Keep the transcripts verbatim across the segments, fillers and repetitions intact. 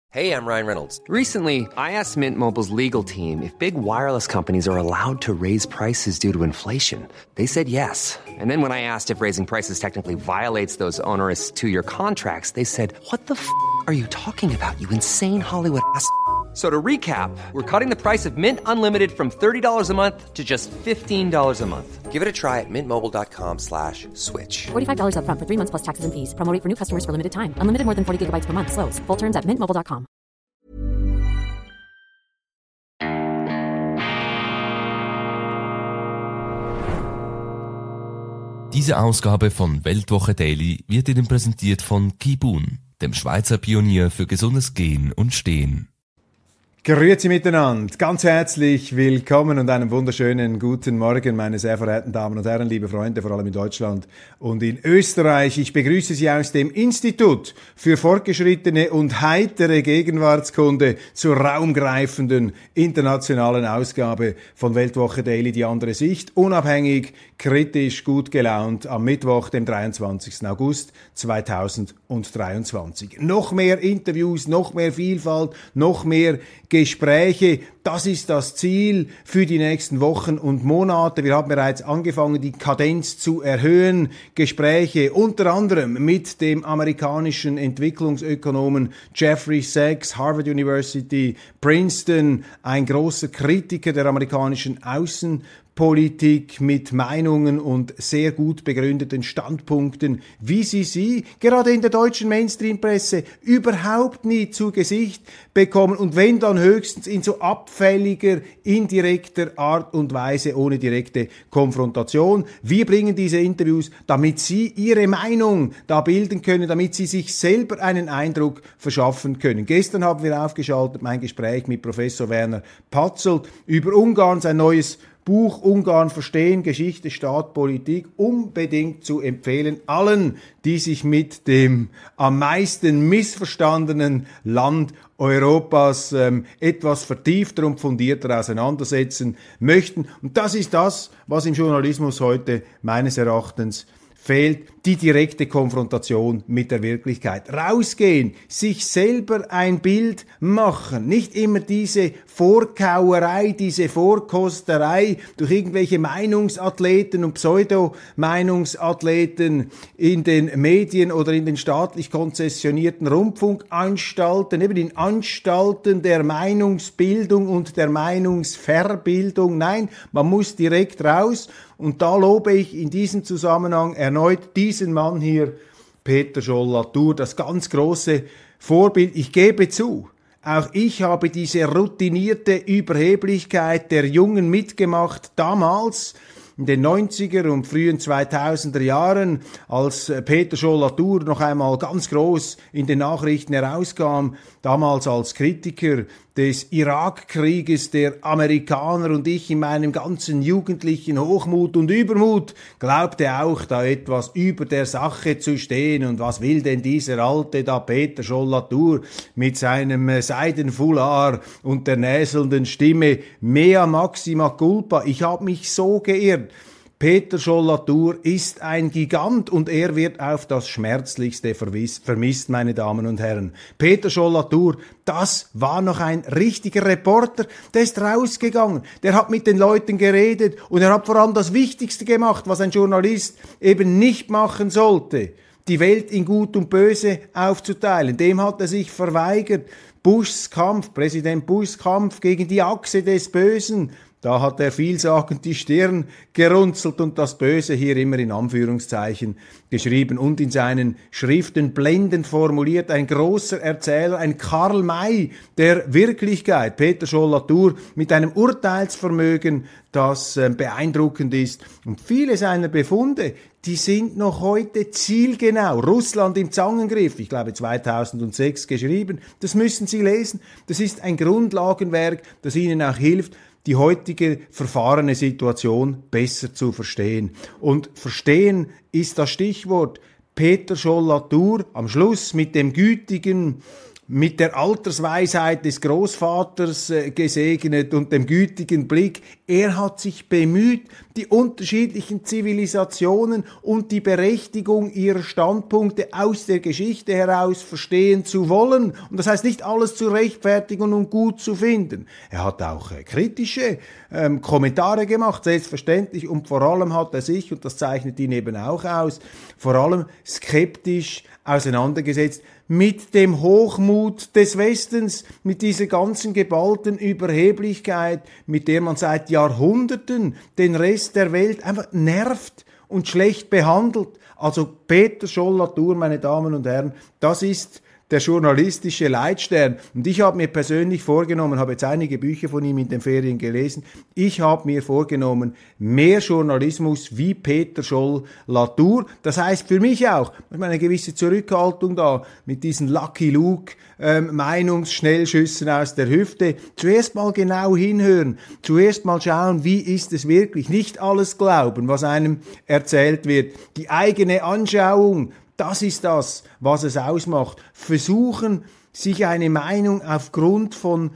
Hey, I'm Ryan Reynolds. Recently, I asked Mint Mobile's legal team if big wireless companies are allowed to raise prices due to inflation. They said yes. And then when I asked if raising prices technically violates those onerous two-year contracts, they said, what the f*** are you talking about, you insane Hollywood ass f- So to recap, we're cutting the price of Mint Unlimited from thirty dollars a month to just fifteen dollars a month. Give it a try at mintmobile.com slash switch. forty-five dollars up front for three months plus taxes and fees. Promo rate for new customers for limited time. Unlimited more than forty gigabytes per month. Slows full terms at mint mobile dot com. Diese Ausgabe von Weltwoche Daily wird Ihnen präsentiert von Kibun, dem Schweizer Pionier für gesundes Gehen und Stehen. Grüezi miteinander, ganz herzlich willkommen und einen wunderschönen guten Morgen, meine sehr verehrten Damen und Herren, liebe Freunde, vor allem in Deutschland und in Österreich. Ich begrüße Sie aus dem Institut für fortgeschrittene und heitere Gegenwartskunde zur raumgreifenden internationalen Ausgabe von Weltwoche Daily, die andere Sicht, unabhängig, kritisch, gut gelaunt, am Mittwoch, dem dreiundzwanzigsten August zweitausenddreiundzwanzig. Noch mehr Interviews, noch mehr Vielfalt, noch mehr Gespräche, das ist das Ziel für die nächsten Wochen und Monate. Wir haben bereits angefangen, die Kadenz zu erhöhen. Gespräche unter anderem mit dem amerikanischen Entwicklungsökonomen Jeffrey Sachs, Harvard University, Princeton, ein großer Kritiker der amerikanischen Außenpolitik mit Meinungen und sehr gut begründeten Standpunkten, wie sie sie gerade in der deutschen Mainstream-Presse überhaupt nie zu Gesicht bekommen und wenn dann höchstens in so abfälliger, indirekter Art und Weise, ohne direkte Konfrontation. Wir bringen diese Interviews, damit Sie Ihre Meinung da bilden können, damit Sie sich selber einen Eindruck verschaffen können. Gestern haben wir aufgeschaltet mein Gespräch mit Professor Werner Patzelt über Ungarn, sein neues Buch Ungarn verstehen, Geschichte, Staat, Politik, unbedingt zu empfehlen allen, die sich mit dem am meisten missverstandenen Land Europas ähm, etwas vertiefter und fundierter auseinandersetzen möchten. Und das ist das, was im Journalismus heute meines Erachtens fehlt, die direkte Konfrontation mit der Wirklichkeit. Rausgehen, sich selber ein Bild machen, nicht immer diese Vorkauerei, diese Vorkosterei durch irgendwelche Meinungsathleten und Pseudo-Meinungsathleten in den Medien oder in den staatlich konzessionierten Rundfunkanstalten, eben in Anstalten der Meinungsbildung und der Meinungsverbildung. Nein, man muss direkt raus. Und da lobe ich in diesem Zusammenhang erneut diesen Mann hier, Peter Scholl-Latour, das ganz große Vorbild. Ich gebe zu, auch ich habe diese routinierte Überheblichkeit der Jungen mitgemacht, damals in den neunziger und frühen zweitausender Jahren, als Peter Scholl-Latour noch einmal ganz groß in den Nachrichten herauskam, damals als Kritiker des Irakkrieges der Amerikaner und ich in meinem ganzen jugendlichen Hochmut und Übermut glaubte auch, da etwas über der Sache zu stehen. Und was will denn dieser alte da Peter Scholl-Latour mit seinem Seidenfoulard und der näselnden Stimme? Mea maxima culpa. Ich habe mich so geirrt. Peter Scholl-Latour ist ein Gigant und er wird auf das Schmerzlichste vermisst, meine Damen und Herren. Peter Scholl-Latour, das war noch ein richtiger Reporter, der ist rausgegangen, der hat mit den Leuten geredet und er hat vor allem das Wichtigste gemacht, was ein Journalist eben nicht machen sollte, die Welt in Gut und Böse aufzuteilen. Dem hat er sich verweigert. Bushs Kampf, Präsident Bushs Kampf gegen die Achse des Bösen, da hat er vielsagend die Stirn gerunzelt und das Böse hier immer in Anführungszeichen geschrieben und in seinen Schriften blendend formuliert. Ein großer Erzähler, ein Karl May der Wirklichkeit. Peter Scholl-Latour mit einem Urteilsvermögen, das äh, beeindruckend ist. Und viele seiner Befunde, die sind noch heute zielgenau. Russland im Zangengriff, ich glaube zweitausendsechs geschrieben. Das müssen Sie lesen. Das ist ein Grundlagenwerk, das Ihnen auch hilft, die heutige verfahrene Situation besser zu verstehen. Und verstehen ist das Stichwort. Peter Scholl-Latour am Schluss mit dem gütigen, mit der Altersweisheit des Großvaters äh, gesegnet und dem gütigen Blick. Er hat sich bemüht, die unterschiedlichen Zivilisationen und die Berechtigung ihrer Standpunkte aus der Geschichte heraus verstehen zu wollen. Und das heißt nicht alles zu rechtfertigen und gut zu finden. Er hat auch äh, kritische ähm, Kommentare gemacht, selbstverständlich, und vor allem hat er sich, und das zeichnet ihn eben auch aus, vor allem skeptisch auseinandergesetzt mit dem Hochmut des Westens, mit dieser ganzen geballten Überheblichkeit, mit der man seit Jahrhunderten den Rest der Welt einfach nervt und schlecht behandelt. Also Peter Scholl-Latour, meine Damen und Herren, das ist der journalistische Leitstern. Und ich habe mir persönlich vorgenommen, habe jetzt einige Bücher von ihm in den Ferien gelesen, ich habe mir vorgenommen, mehr Journalismus wie Peter Scholl-Latour. Das heißt für mich auch, eine gewisse Zurückhaltung da mit diesen Lucky Luke ähm, Meinungsschnellschüssen aus der Hüfte. Zuerst mal genau hinhören, zuerst mal schauen, wie ist es wirklich. Nicht alles glauben, was einem erzählt wird. Die eigene Anschauung, das ist das, was es ausmacht. Versuchen, sich eine Meinung aufgrund von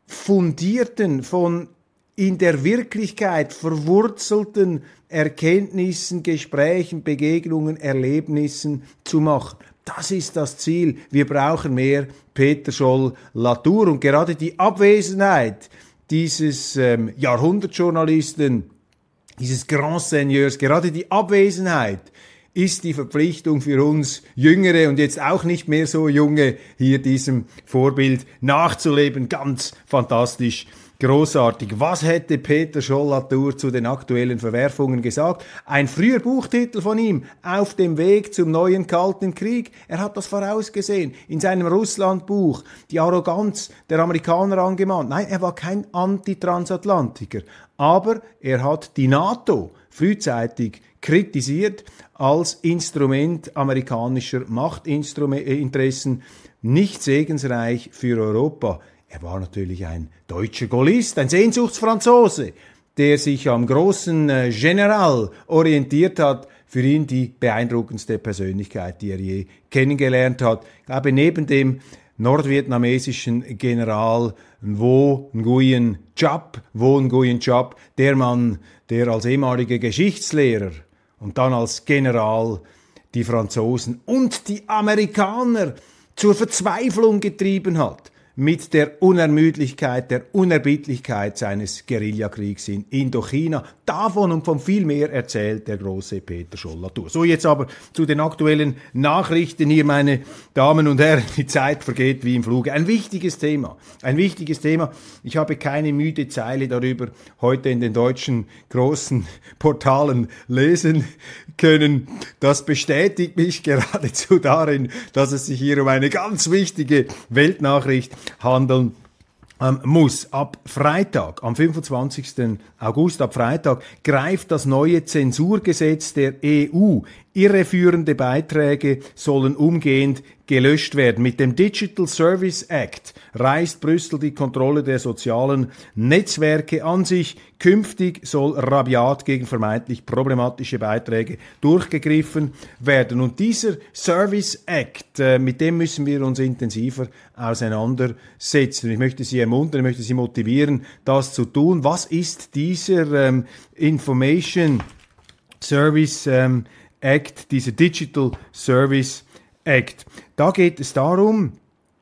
fundierten, von in der Wirklichkeit verwurzelten Erkenntnissen, Gesprächen, Begegnungen, Erlebnissen zu machen. Das ist das Ziel. Wir brauchen mehr Peter Scholl-Latour. Und gerade die Abwesenheit dieses ähm, Jahrhundertjournalisten, dieses Grand Seigneurs, gerade die Abwesenheit ist die Verpflichtung für uns Jüngere und jetzt auch nicht mehr so Junge, hier diesem Vorbild nachzuleben. Ganz fantastisch, großartig. Was hätte Peter Scholl-Latour zu den aktuellen Verwerfungen gesagt? Ein früher Buchtitel von ihm, Auf dem Weg zum neuen Kalten Krieg. Er hat das vorausgesehen. In seinem Russland-Buch die Arroganz der Amerikaner angemahnt. Nein, er war kein Antitransatlantiker. Aber er hat die NATO frühzeitig kritisiert als Instrument amerikanischer Machtinteressen, nicht segensreich für Europa. Er war natürlich ein deutscher Gaullist, ein Sehnsuchtsfranzose, der sich am großen äh, General orientiert hat, für ihn die beeindruckendste Persönlichkeit, die er je kennengelernt hat. Ich glaube, neben dem nordvietnamesischen General Vo Nguyen Chap, Vo Nguyen Chap, der Mann, der als ehemaliger Geschichtslehrer und dann als General die Franzosen und die Amerikaner zur Verzweiflung getrieben hat mit der Unermüdlichkeit, der Unerbittlichkeit seines Guerillakriegs in Indochina. Davon und von viel mehr erzählt der große Peter Scholl-Latour. So, jetzt aber zu den aktuellen Nachrichten hier, meine Damen und Herren. Die Zeit vergeht wie im Fluge. Ein wichtiges Thema, ein wichtiges Thema. Ich habe keine müde Zeile darüber heute in den deutschen großen Portalen lesen können. Das bestätigt mich geradezu darin, dass es sich hier um eine ganz wichtige Weltnachricht handeln ähm, muss. Ab Freitag, am fünfundzwanzigsten August, ab Freitag, greift das neue Zensurgesetz der E U. Irreführende Beiträge sollen umgehend gelöscht werden. Mit dem Digital Service Act reißt Brüssel die Kontrolle der sozialen Netzwerke an sich. Künftig soll rabiat gegen vermeintlich problematische Beiträge durchgegriffen werden. Und dieser Service Act, äh, mit dem müssen wir uns intensiver auseinandersetzen. Ich möchte Sie ermuntern, ich möchte Sie motivieren, das zu tun. Was ist dieser ähm, Information Service ähm, Act, dieser Digital Service Act? Da geht es darum,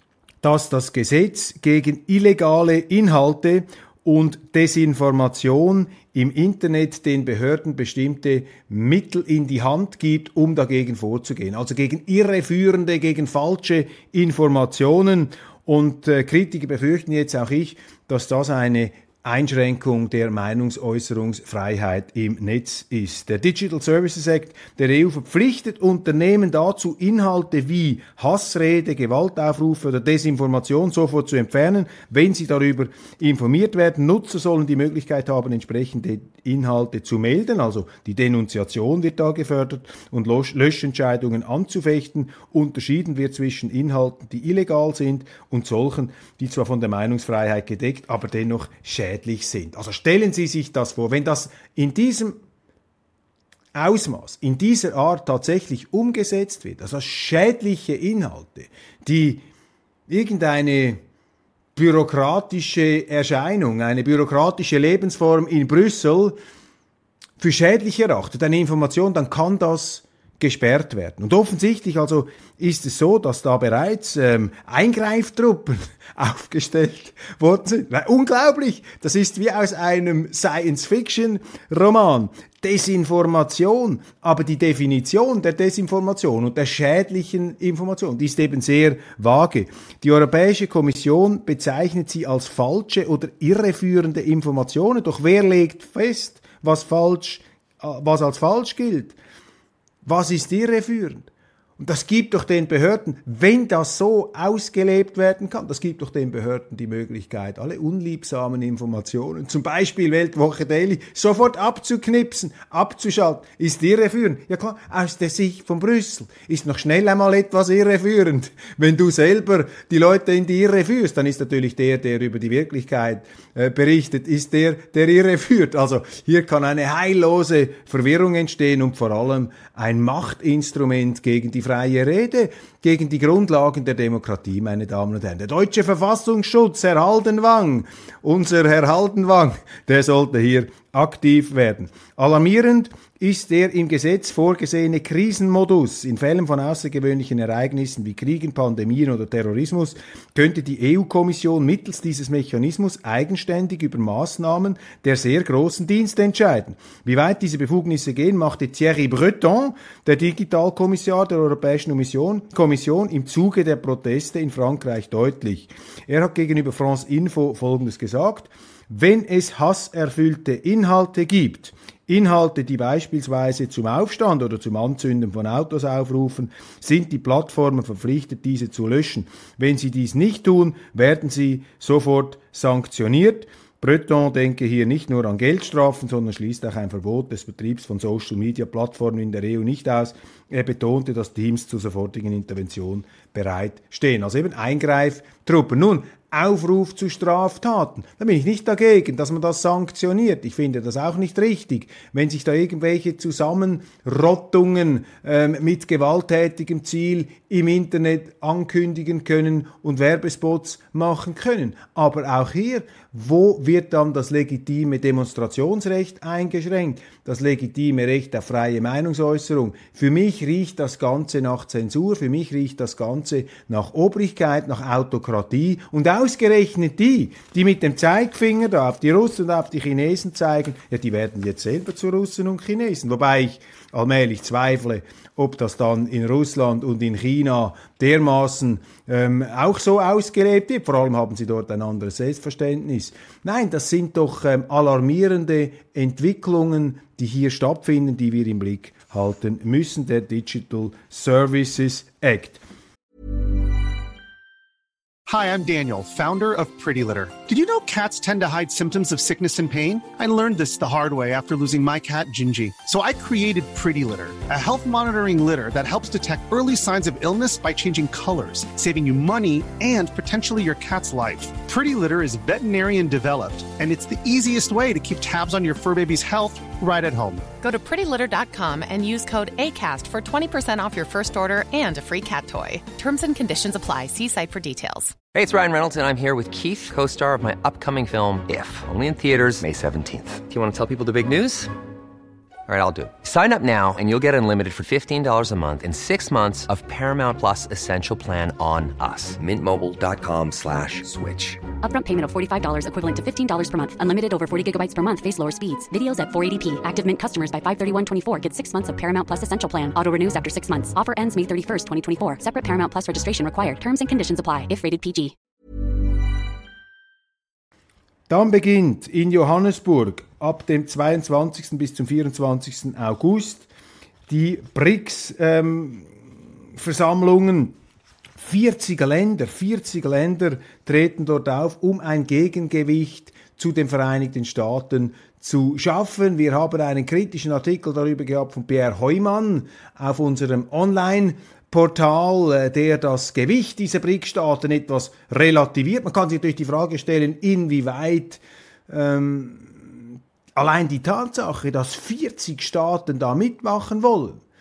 dass das Gesetz gegen illegale Inhalte und Desinformation im Internet den Behörden bestimmte Mittel in die Hand gibt, um dagegen vorzugehen. Also gegen irreführende, gegen falsche Informationen. Und äh, Kritiker befürchten jetzt auch ich, dass das eine Einschränkung der Meinungsäußerungsfreiheit im Netz ist. Der Digital Services Act der E U verpflichtet Unternehmen dazu, Inhalte wie Hassrede, Gewaltaufrufe oder Desinformation sofort zu entfernen, wenn sie darüber informiert werden. Nutzer sollen die Möglichkeit haben, entsprechende Inhalte zu melden, also die Denunziation wird da gefördert und Löschentscheidungen anzufechten. Unterschieden wird zwischen Inhalten, die illegal sind und solchen, die zwar von der Meinungsfreiheit gedeckt, aber dennoch schädlich sind. Also stellen Sie sich das vor, wenn das in diesem Ausmaß, in dieser Art tatsächlich umgesetzt wird, also schädliche Inhalte, die irgendeine bürokratische Erscheinung, eine bürokratische Lebensform in Brüssel für schädlich erachtet, eine Information, dann kann das gesperrt werden. Und offensichtlich also ist es so, dass da bereits ähm, Eingreiftruppen aufgestellt worden sind. Na, unglaublich! Das ist wie aus einem Science-Fiction-Roman. Desinformation, aber die Definition der Desinformation und der schädlichen Information, die ist eben sehr vage. Die Europäische Kommission bezeichnet sie als falsche oder irreführende Informationen. Doch wer legt fest, was falsch, was als falsch gilt? Was ist irreführend? Und das gibt doch den Behörden, wenn das so ausgelebt werden kann, das gibt doch den Behörden die Möglichkeit, alle unliebsamen Informationen, zum Beispiel Weltwoche Daily, sofort abzuknipsen, abzuschalten. Ist irreführend? Ja klar, aus der Sicht von Brüssel ist noch schnell einmal etwas irreführend. Wenn du selber die Leute in die Irre führst, dann ist natürlich der, der über die Wirklichkeit äh, berichtet, ist der, der Irre führt. Also hier kann eine heillose Verwirrung entstehen und vor allem ein Machtinstrument gegen die freie Rede, gegen die Grundlagen der Demokratie, meine Damen und Herren. Der deutsche Verfassungsschutz, Herr Haldenwang, unser Herr Haldenwang, der sollte hier aktiv werden. Alarmierend ist der im Gesetz vorgesehene Krisenmodus. In Fällen von außergewöhnlichen Ereignissen wie Kriegen, Pandemien oder Terrorismus könnte die E U-Kommission mittels dieses Mechanismus eigenständig über Maßnahmen der sehr großen Dienste entscheiden. Wie weit diese Befugnisse gehen, machte Thierry Breton, der Digitalkommissar der Europäischen Kommission, im Zuge der Proteste in Frankreich deutlich. Er hat gegenüber France Info Folgendes gesagt: Wenn es hasserfüllte Inhalte gibt, Inhalte, die beispielsweise zum Aufstand oder zum Anzünden von Autos aufrufen, sind die Plattformen verpflichtet, diese zu löschen. Wenn sie dies nicht tun, werden sie sofort sanktioniert. Breton denke hier nicht nur an Geldstrafen, sondern schließt auch ein Verbot des Betriebs von Social-Media-Plattformen in der E U nicht aus. Er betonte, dass Teams zur sofortigen Intervention bereit stehen. Also eben Eingreiftruppen. Nun, Aufruf zu Straftaten. Da bin ich nicht dagegen, dass man das sanktioniert. Ich finde das auch nicht richtig, wenn sich da irgendwelche Zusammenrottungen ähm, mit gewalttätigem Ziel im Internet ankündigen können und Werbespots machen können. Aber auch hier, wo wird dann das legitime Demonstrationsrecht eingeschränkt? Das legitime Recht auf freie Meinungsäußerung? Für mich riecht das Ganze nach Zensur, für mich riecht das Ganze nach Obrigkeit, nach Autokratie und ausgerechnet die, die mit dem Zeigefinger da auf die Russen und auf die Chinesen zeigen, ja, die werden jetzt selber zu Russen und Chinesen. Wobei ich allmählich zweifle, ob das dann in Russland und in China dermaßen ähm, auch so ausgelebt wird. Vor allem haben sie dort ein anderes Selbstverständnis. Nein, das sind doch ähm, alarmierende Entwicklungen, die hier stattfinden, die wir im Blick halten müssen. Der Digital Services Act. Hi, I'm Daniel, founder of Pretty Litter. Did you know cats tend to hide symptoms of sickness and pain? I learned this the hard way after losing my cat, Gingy. So I created Pretty Litter, a health monitoring litter that helps detect early signs of illness by changing colors, saving you money and potentially your cat's life. Pretty Litter is veterinarian developed, and it's the easiest way to keep tabs on your fur baby's health right at home. Go to pretty litter dot com and use code ACAST for twenty percent off your first order and a free cat toy. Terms and conditions apply. See site for details. Hey, it's Ryan Reynolds, and I'm here with Keith, co-star of my upcoming film, If, only in theaters May seventeenth. Do you want to tell people the big news? All right, I'll do it. Sign up now and you'll get unlimited for fifteen dollars a month and six months of Paramount Plus Essential Plan on us. Mint Mobile dot com slash switch. Upfront payment of forty-five dollars equivalent to fifteen dollars per month. Unlimited over forty gigabytes per month. Face lower speeds. Videos at four eighty p. Active Mint customers by five thirty-one twenty-four get six months of Paramount Plus Essential Plan. Auto renews after six months. Offer ends May thirty-first, twenty twenty-four. Separate Paramount Plus registration required. Terms and conditions apply if rated P G. Dann beginnt in Johannesburg ab dem zweiundzwanzigsten bis zum vierundzwanzigsten August die B R I C S-Versammlungen. Ähm, vierzig Länder, vierzig Länder treten dort auf, um ein Gegengewicht zu den Vereinigten Staaten zu schaffen. Wir haben einen kritischen Artikel darüber gehabt von Pierre Heumann auf unserem Online- Portal, der das Gewicht dieser B R I C-Staaten etwas relativiert. Man kann sich natürlich die Frage stellen, inwieweit ähm, allein die Tatsache, dass vierzig Staaten da mitmachen wollen,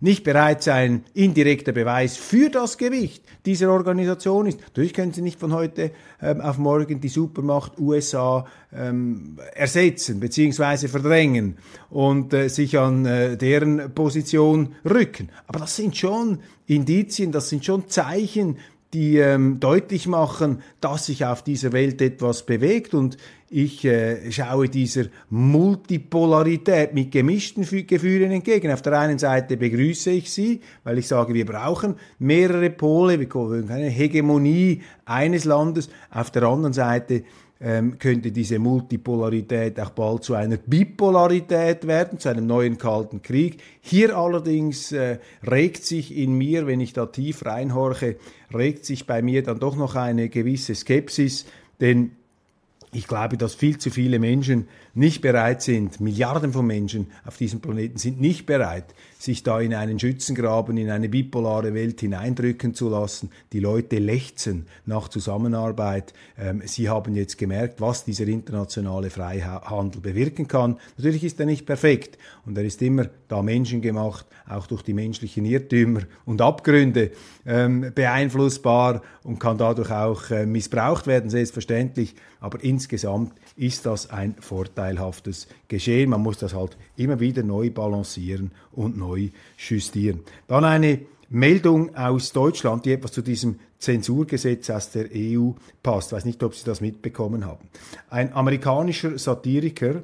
nicht bereits ein indirekter Beweis für das Gewicht dieser Organisation ist. Natürlich können Sie nicht von heute ähm, auf morgen die Supermacht U S A ähm, ersetzen bzw. verdrängen und äh, sich an äh, deren Position rücken. Aber das sind schon Indizien, das sind schon Zeichen, die ähm, deutlich machen, dass sich auf dieser Welt etwas bewegt, und ich äh, schaue dieser Multipolarität mit gemischten Gefühlen entgegen. Auf der einen Seite begrüße ich sie, weil ich sage, wir brauchen mehrere Pole, wir brauchen keine Hegemonie eines Landes. Auf der anderen Seite ähm, könnte diese Multipolarität auch bald zu einer Bipolarität werden, zu einem neuen Kalten Krieg. Hier allerdings äh, regt sich in mir, wenn ich da tief reinhorche, regt sich bei mir dann doch noch eine gewisse Skepsis, denn ich glaube, dass viel zu viele Menschen nicht bereit sind, Milliarden von Menschen auf diesem Planeten sind nicht bereit, sich da in einen Schützengraben, in eine bipolare Welt hineindrücken zu lassen. Die Leute lechzen nach Zusammenarbeit. Ähm, sie haben jetzt gemerkt, was dieser internationale Freihandel bewirken kann. Natürlich ist er nicht perfekt und er ist immer da menschengemacht, auch durch die menschlichen Irrtümer und Abgründe ähm, beeinflussbar und kann dadurch auch äh, missbraucht werden, selbstverständlich. Aber insgesamt ist das ein vorteilhaftes Geschehen. Man muss das halt immer wieder neu balancieren und neu justieren. Dann eine Meldung aus Deutschland, die etwas zu diesem Zensurgesetz aus der E U passt. Ich weiß nicht, ob Sie das mitbekommen haben. Ein amerikanischer Satiriker,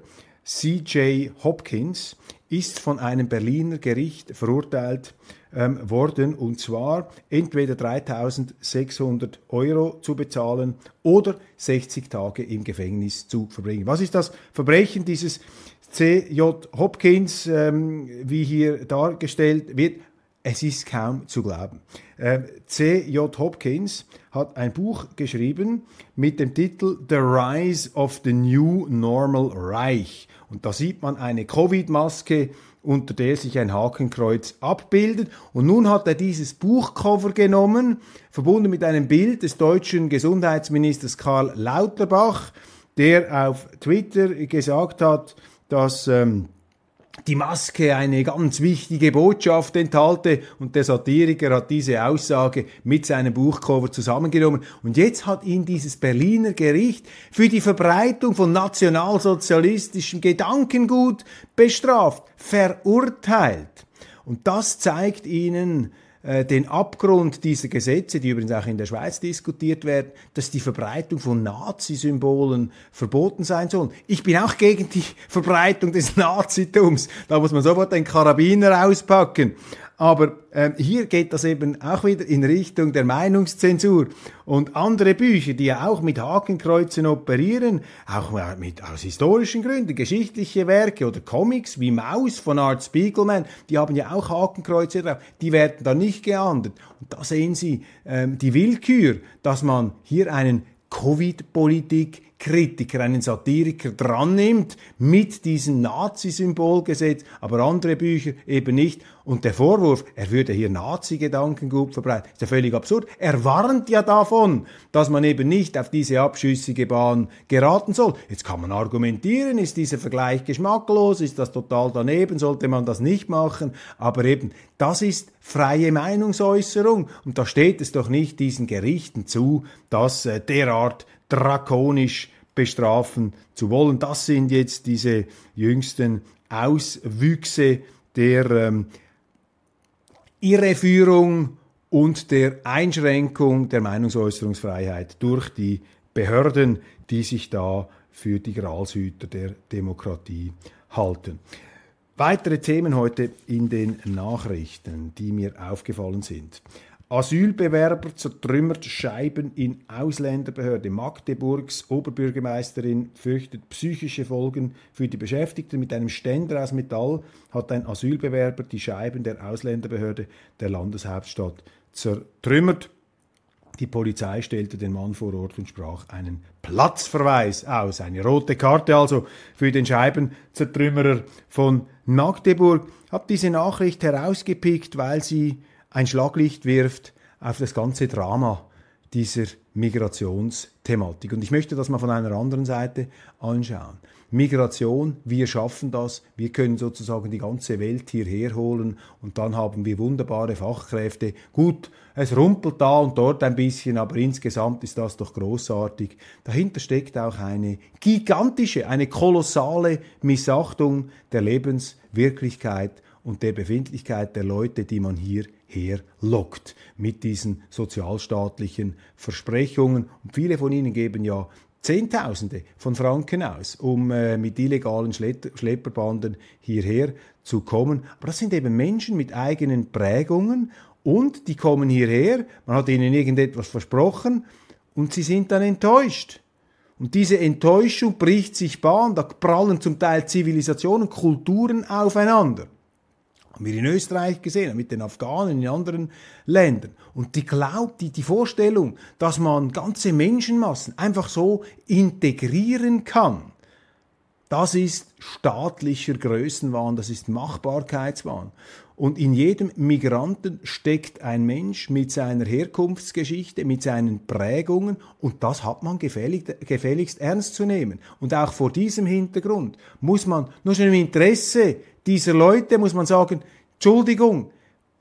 C J Hopkins, ist von einem Berliner Gericht verurteilt ähm, worden, und zwar entweder dreitausendsechshundert Euro zu bezahlen oder sechzig Tage im Gefängnis zu verbringen. Was ist das Verbrechen dieses C J Hopkins, ähm, wie hier dargestellt wird? Es ist kaum zu glauben. Äh, C J Hopkins hat ein Buch geschrieben mit dem Titel The Rise of the New Normal Reich. Und da sieht man eine Covid-Maske, unter der sich ein Hakenkreuz abbildet. Und nun hat er dieses Buchcover genommen, verbunden mit einem Bild des deutschen Gesundheitsministers Karl Lauterbach, der auf Twitter gesagt hat, dass ähm, die Maske eine ganz wichtige Botschaft enthalte, und der Satiriker hat diese Aussage mit seinem Buchcover zusammengenommen, und jetzt hat ihn dieses Berliner Gericht für die Verbreitung von nationalsozialistischem Gedankengut bestraft, verurteilt. Und das zeigt Ihnen äh, den Abgrund dieser Gesetze, die übrigens auch in der Schweiz diskutiert werden, dass die Verbreitung von Nazi-Symbolen verboten sein soll. Ich bin auch gegen die Verbreitung des Nazitums. Da muss man sofort einen Karabiner auspacken. Aber äh, hier geht das eben auch wieder in Richtung der Meinungszensur. Und andere Bücher, die ja auch mit Hakenkreuzen operieren, auch mit, aus historischen Gründen, geschichtliche Werke oder Comics wie Maus von Art Spiegelman, die haben ja auch Hakenkreuze drauf, die werden da nicht geahndet. Und da sehen Sie ähm, die Willkür, dass man hier einen Covid-Politik Kritiker, einen Satiriker dran nimmt mit diesem Nazi-Symbolgesetz, aber andere Bücher eben nicht. Und der Vorwurf, er würde hier Nazi-Gedankengut verbreiten, ist ja völlig absurd. Er warnt ja davon, dass man eben nicht auf diese abschüssige Bahn geraten soll. Jetzt kann man argumentieren, ist dieser Vergleich geschmacklos, ist das total daneben, sollte man das nicht machen. Aber eben, das ist freie Meinungsäußerung. Und da steht es doch nicht diesen Gerichten zu, das äh, derart drakonisch bestrafen zu wollen. Das sind jetzt diese jüngsten Auswüchse der ähm, Irreführung und der Einschränkung der Meinungsäußerungsfreiheit durch die Behörden, die sich da für die Gralshüter der Demokratie halten. Weitere Themen heute in den Nachrichten, die mir aufgefallen sind. Asylbewerber zertrümmert Scheiben in Ausländerbehörde. Magdeburgs Oberbürgermeisterin fürchtet psychische Folgen für die Beschäftigten. Mit einem Ständer aus Metall hat ein Asylbewerber die Scheiben der Ausländerbehörde der Landeshauptstadt zertrümmert. Die Polizei stellte den Mann vor Ort und sprach einen Platzverweis aus. Eine rote Karte also für den Scheibenzertrümmerer von Magdeburg. Ich habe diese Nachricht herausgepickt, weil sie ein Schlaglicht wirft auf das ganze Drama dieser Migrationsthematik. Und ich möchte das mal von einer anderen Seite anschauen. Migration, wir schaffen das, wir können sozusagen die ganze Welt hierher holen und dann haben wir wunderbare Fachkräfte. Gut, es rumpelt da und dort ein bisschen, aber insgesamt ist das doch großartig. Dahinter steckt auch eine gigantische, eine kolossale Missachtung der Lebenswirklichkeit und der Befindlichkeit der Leute, die man hierher lockt mit diesen sozialstaatlichen Versprechungen. Und viele von ihnen geben ja Zehntausende von Franken aus, um äh, mit illegalen Schlet- Schlepperbanden hierher zu kommen. Aber das sind eben Menschen mit eigenen Prägungen und die kommen hierher, man hat ihnen irgendetwas versprochen und sie sind dann enttäuscht. Und diese Enttäuschung bricht sich Bahn, da prallen zum Teil Zivilisationen, Kulturen aufeinander. Haben wir in Österreich gesehen, mit den Afghanen in anderen Ländern. Und die glaubt, die, die Vorstellung, dass man ganze Menschenmassen einfach so integrieren kann, das ist staatlicher Größenwahn, das ist Machbarkeitswahn. Und in jedem Migranten steckt ein Mensch mit seiner Herkunftsgeschichte, mit seinen Prägungen und das hat man gefällig, gefälligst ernst zu nehmen. Und auch vor diesem Hintergrund muss man nur schon im Interesse dieser Leute, muss man sagen, Entschuldigung,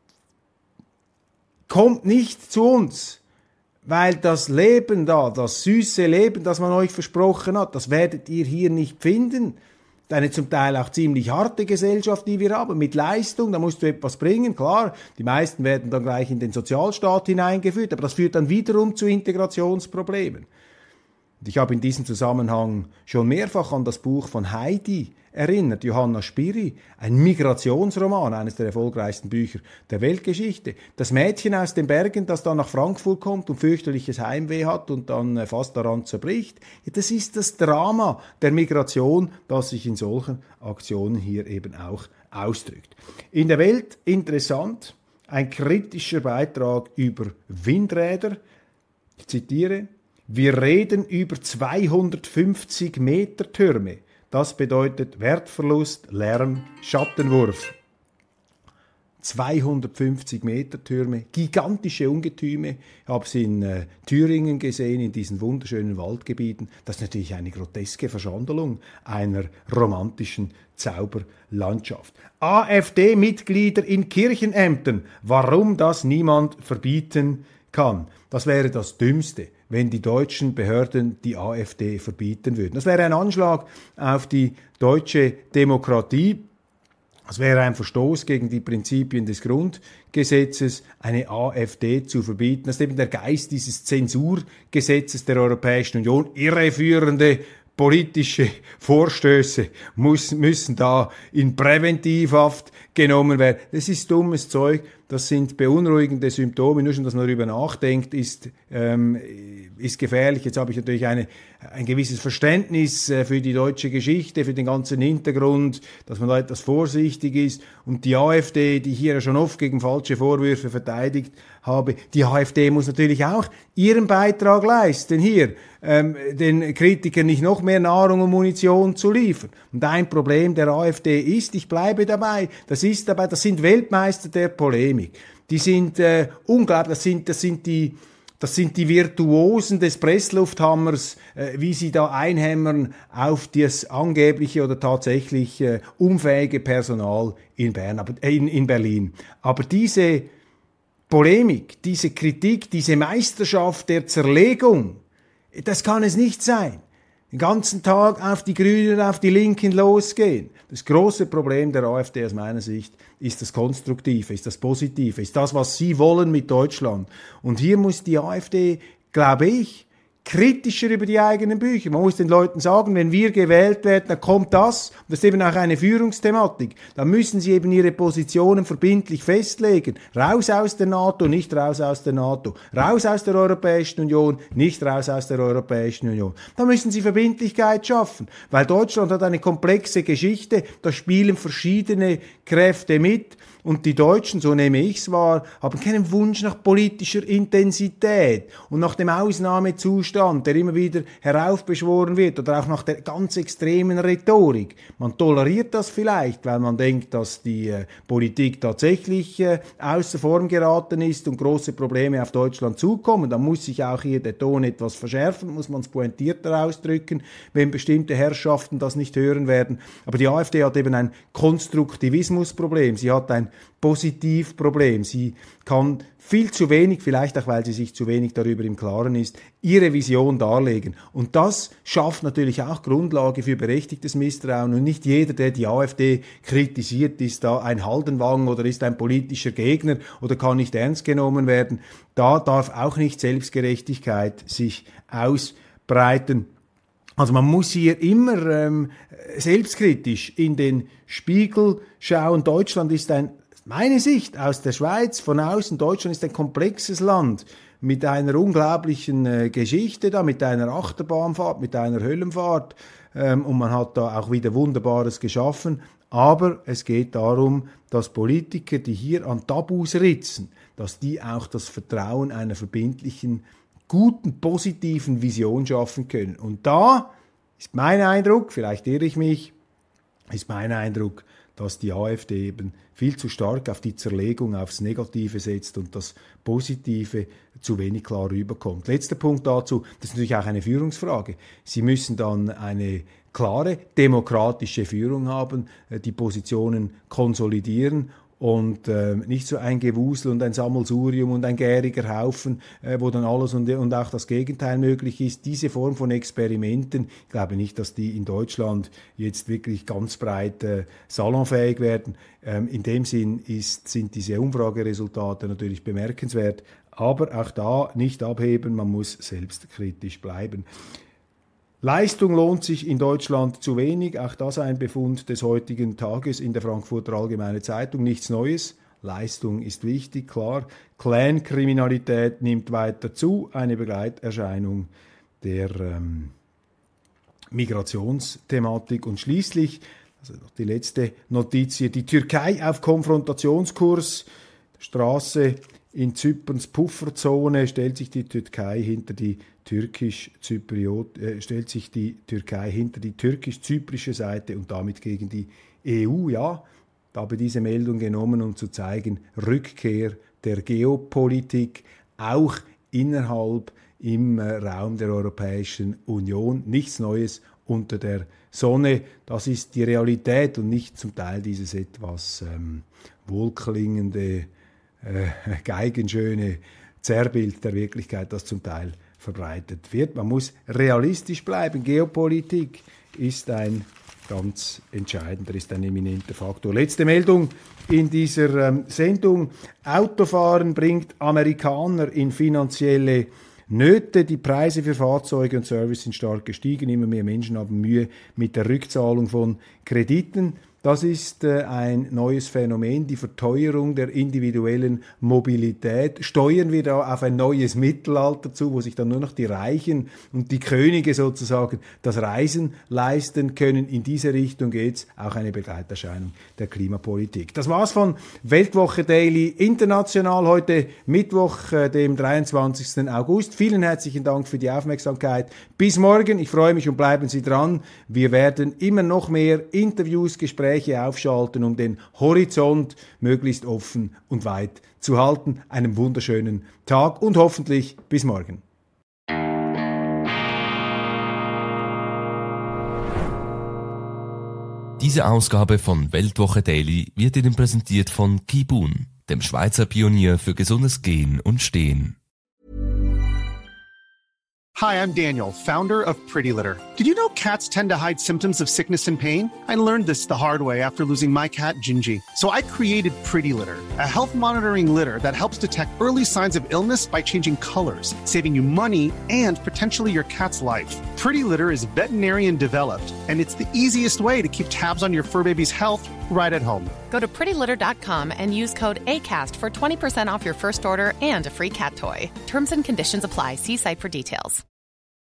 kommt nicht zu uns, weil das Leben da, das süße Leben, das man euch versprochen hat, das werdet ihr hier nicht finden. Eine zum Teil auch ziemlich harte Gesellschaft, die wir haben, mit Leistung, da musst du etwas bringen, klar, die meisten werden dann gleich in den Sozialstaat hineingeführt, aber das führt dann wiederum zu Integrationsproblemen. Und ich habe in diesem Zusammenhang schon mehrfach an das Buch von Heidi erinnert, Johanna Spyri, ein Migrationsroman, eines der erfolgreichsten Bücher der Weltgeschichte. Das Mädchen aus den Bergen, das dann nach Frankfurt kommt und fürchterliches Heimweh hat und dann fast daran zerbricht. Ja, das ist das Drama der Migration, das sich in solchen Aktionen hier eben auch ausdrückt. In der Welt interessant, ein kritischer Beitrag über Windräder. Ich zitiere: Wir reden über zweihundertfünfzig Meter Türme. Das bedeutet Wertverlust, Lärm, Schattenwurf. zweihundertfünfzig Meter Türme, gigantische Ungetüme. Ich habe es in äh, Thüringen gesehen, in diesen wunderschönen Waldgebieten. Das ist natürlich eine groteske Verschandelung einer romantischen Zauberlandschaft. AfD-Mitglieder in Kirchenämtern, warum das niemand verbieten kann. Das wäre das Dümmste, wenn die deutschen Behörden die AfD verbieten würden. Das wäre ein Anschlag auf die deutsche Demokratie. Das wäre ein Verstoß gegen die Prinzipien des Grundgesetzes, eine AfD zu verbieten. Das ist eben der Geist dieses Zensurgesetzes der Europäischen Union. Irreführende politische Vorstöße muss, müssen da in Präventivhaft genommen werden. Das ist dummes Zeug. Das sind beunruhigende Symptome. Nur schon, dass man darüber nachdenkt, ist, ähm, ist gefährlich. Jetzt habe ich natürlich eine, ein gewisses Verständnis äh, für die deutsche Geschichte, für den ganzen Hintergrund, dass man da etwas vorsichtig ist. Und die AfD, die ich hier schon oft gegen falsche Vorwürfe verteidigt habe, die AfD muss natürlich auch ihren Beitrag leisten, hier ähm, den Kritikern nicht noch mehr Nahrung und Munition zu liefern. Und ein Problem der AfD ist, ich bleibe dabei, das ist dabei, das sind Weltmeister der Polemik. Die sind äh, unglaublich, das sind, das sind die, das sind die Virtuosen des Presslufthammers, äh, wie sie da einhämmern auf das angebliche oder tatsächlich äh, unfähige Personal in, Bern, aber, äh, in, in Berlin. Aber diese Polemik, diese Kritik, diese Meisterschaft der Zerlegung, das kann es nicht sein. Den ganzen Tag auf die Grünen, auf die Linken losgehen. Das große Problem der AfD aus meiner Sicht ist das Konstruktive, ist das Positive, ist das, was sie wollen mit Deutschland. Und hier muss die AfD, glaube ich, kritischer über die eigenen Bücher. Man muss den Leuten sagen, wenn wir gewählt werden, dann kommt das. Und das ist eben auch eine Führungsthematik. Da müssen sie eben ihre Positionen verbindlich festlegen. Raus aus der NATO, nicht raus aus der NATO. Raus aus der Europäischen Union, nicht raus aus der Europäischen Union. Da müssen sie Verbindlichkeit schaffen. Weil Deutschland hat eine komplexe Geschichte. Da spielen verschiedene Kräfte mit. Und die Deutschen, so nehme ich es wahr, haben keinen Wunsch nach politischer Intensität und nach dem Ausnahmezustand Zustand, der immer wieder heraufbeschworen wird, oder auch nach der ganz extremen Rhetorik. Man toleriert das vielleicht, weil man denkt, dass die äh, Politik tatsächlich äh, außer Form geraten ist und große Probleme auf Deutschland zukommen. Da muss sich auch hier der Ton etwas verschärfen, muss man es pointierter ausdrücken, wenn bestimmte Herrschaften das nicht hören werden. Aber die AfD hat eben ein Konstruktivismusproblem, sie hat ein Positivproblem. Sie kann viel zu wenig, vielleicht auch weil sie sich zu wenig darüber im Klaren ist, ihre Vision darlegen. Und das schafft natürlich auch Grundlage für berechtigtes Misstrauen. Und nicht jeder, der die AfD kritisiert, ist da ein Haldenwang oder ist ein politischer Gegner oder kann nicht ernst genommen werden. Da darf auch nicht Selbstgerechtigkeit sich ausbreiten. Also man muss hier immer ähm, selbstkritisch in den Spiegel schauen. Deutschland ist ein, meine Sicht aus der Schweiz, von außen, Deutschland ist ein komplexes Land mit einer unglaublichen äh, Geschichte da, mit einer Achterbahnfahrt, mit einer Höllenfahrt, ähm, und man hat da auch wieder Wunderbares geschaffen. Aber es geht darum, dass Politiker, die hier an Tabus ritzen, dass die auch das Vertrauen einer verbindlichen, guten, positiven Vision schaffen können. Und da ist mein Eindruck, vielleicht irre ich mich, ist mein Eindruck, dass die AfD eben viel zu stark auf die Zerlegung, aufs Negative setzt und das Positive zu wenig klar rüberkommt. Letzter Punkt dazu, das ist natürlich auch eine Führungsfrage. Sie müssen dann eine klare demokratische Führung haben, die Positionen konsolidieren und äh, nicht so ein Gewusel und ein Sammelsurium und ein gäriger Haufen, äh, wo dann alles und, und auch das Gegenteil möglich ist. Diese Form von Experimenten, ich glaube nicht, dass die in Deutschland jetzt wirklich ganz breit äh, salonfähig werden. Ähm, in dem Sinn ist, sind diese Umfrageresultate natürlich bemerkenswert, aber auch da nicht abheben, man muss selbstkritisch bleiben. Leistung lohnt sich in Deutschland zu wenig, auch das ein Befund des heutigen Tages in der Frankfurter Allgemeine Zeitung, nichts Neues. Leistung ist wichtig, klar. Clankriminalität nimmt weiter zu, eine Begleiterscheinung der ähm, Migrationsthematik. Und schließlich, also noch die letzte Notiz hier, die Türkei auf Konfrontationskurs, Straße in Zyperns Pufferzone, stellt sich die Türkei hinter die türkisch-zypriot, äh, stellt sich die Türkei hinter die türkisch-zyprische Seite und damit gegen die E U. Ja, da habe ich diese Meldung genommen, um zu zeigen, Rückkehr der Geopolitik auch innerhalb im äh, Raum der Europäischen Union. Nichts Neues unter der Sonne. Das ist die Realität und nicht zum Teil dieses etwas ähm, wohlklingende, äh, geigenschöne Zerrbild der Wirklichkeit, das zum Teil verbreitet wird. Man muss realistisch bleiben. Geopolitik ist ein ganz entscheidender, ist ein eminenter Faktor. Letzte Meldung in dieser ähm, Sendung. Autofahren bringt Amerikaner in finanzielle Nöte. Die Preise für Fahrzeuge und Service sind stark gestiegen. Immer mehr Menschen haben Mühe mit der Rückzahlung von Krediten. Das ist äh, ein neues Phänomen, die Verteuerung der individuellen Mobilität. Steuern wir da auf ein neues Mittelalter zu, wo sich dann nur noch die Reichen und die Könige sozusagen das Reisen leisten können. In diese Richtung geht's, auch eine Begleiterscheinung der Klimapolitik. Das war's von Weltwoche Daily International, heute Mittwoch, äh, dem dreiundzwanzigsten August. Vielen herzlichen Dank für die Aufmerksamkeit. Bis morgen, ich freue mich und bleiben Sie dran. Wir werden immer noch mehr Interviews, Gespräche aufschalten, um den Horizont möglichst offen und weit zu halten. Einen wunderschönen Tag und hoffentlich bis morgen. Diese Ausgabe von Weltwoche Daily wird Ihnen präsentiert von Kibun, dem Schweizer Pionier für gesundes Gehen und Stehen. Hi, I'm Daniel, founder of Pretty Litter. Did you know cats tend to hide symptoms of sickness and pain? I learned this the hard way after losing my cat, Gingy. So I created Pretty Litter, a health monitoring litter that helps detect early signs of illness by changing colors, saving you money and potentially your cat's life. Pretty Litter is veterinarian developed, and it's the easiest way to keep tabs on your fur baby's health right at home. Go to pretty litter dot com and use code ACAST for twenty percent off your first order and a free cat toy. Terms and conditions apply. See site for details.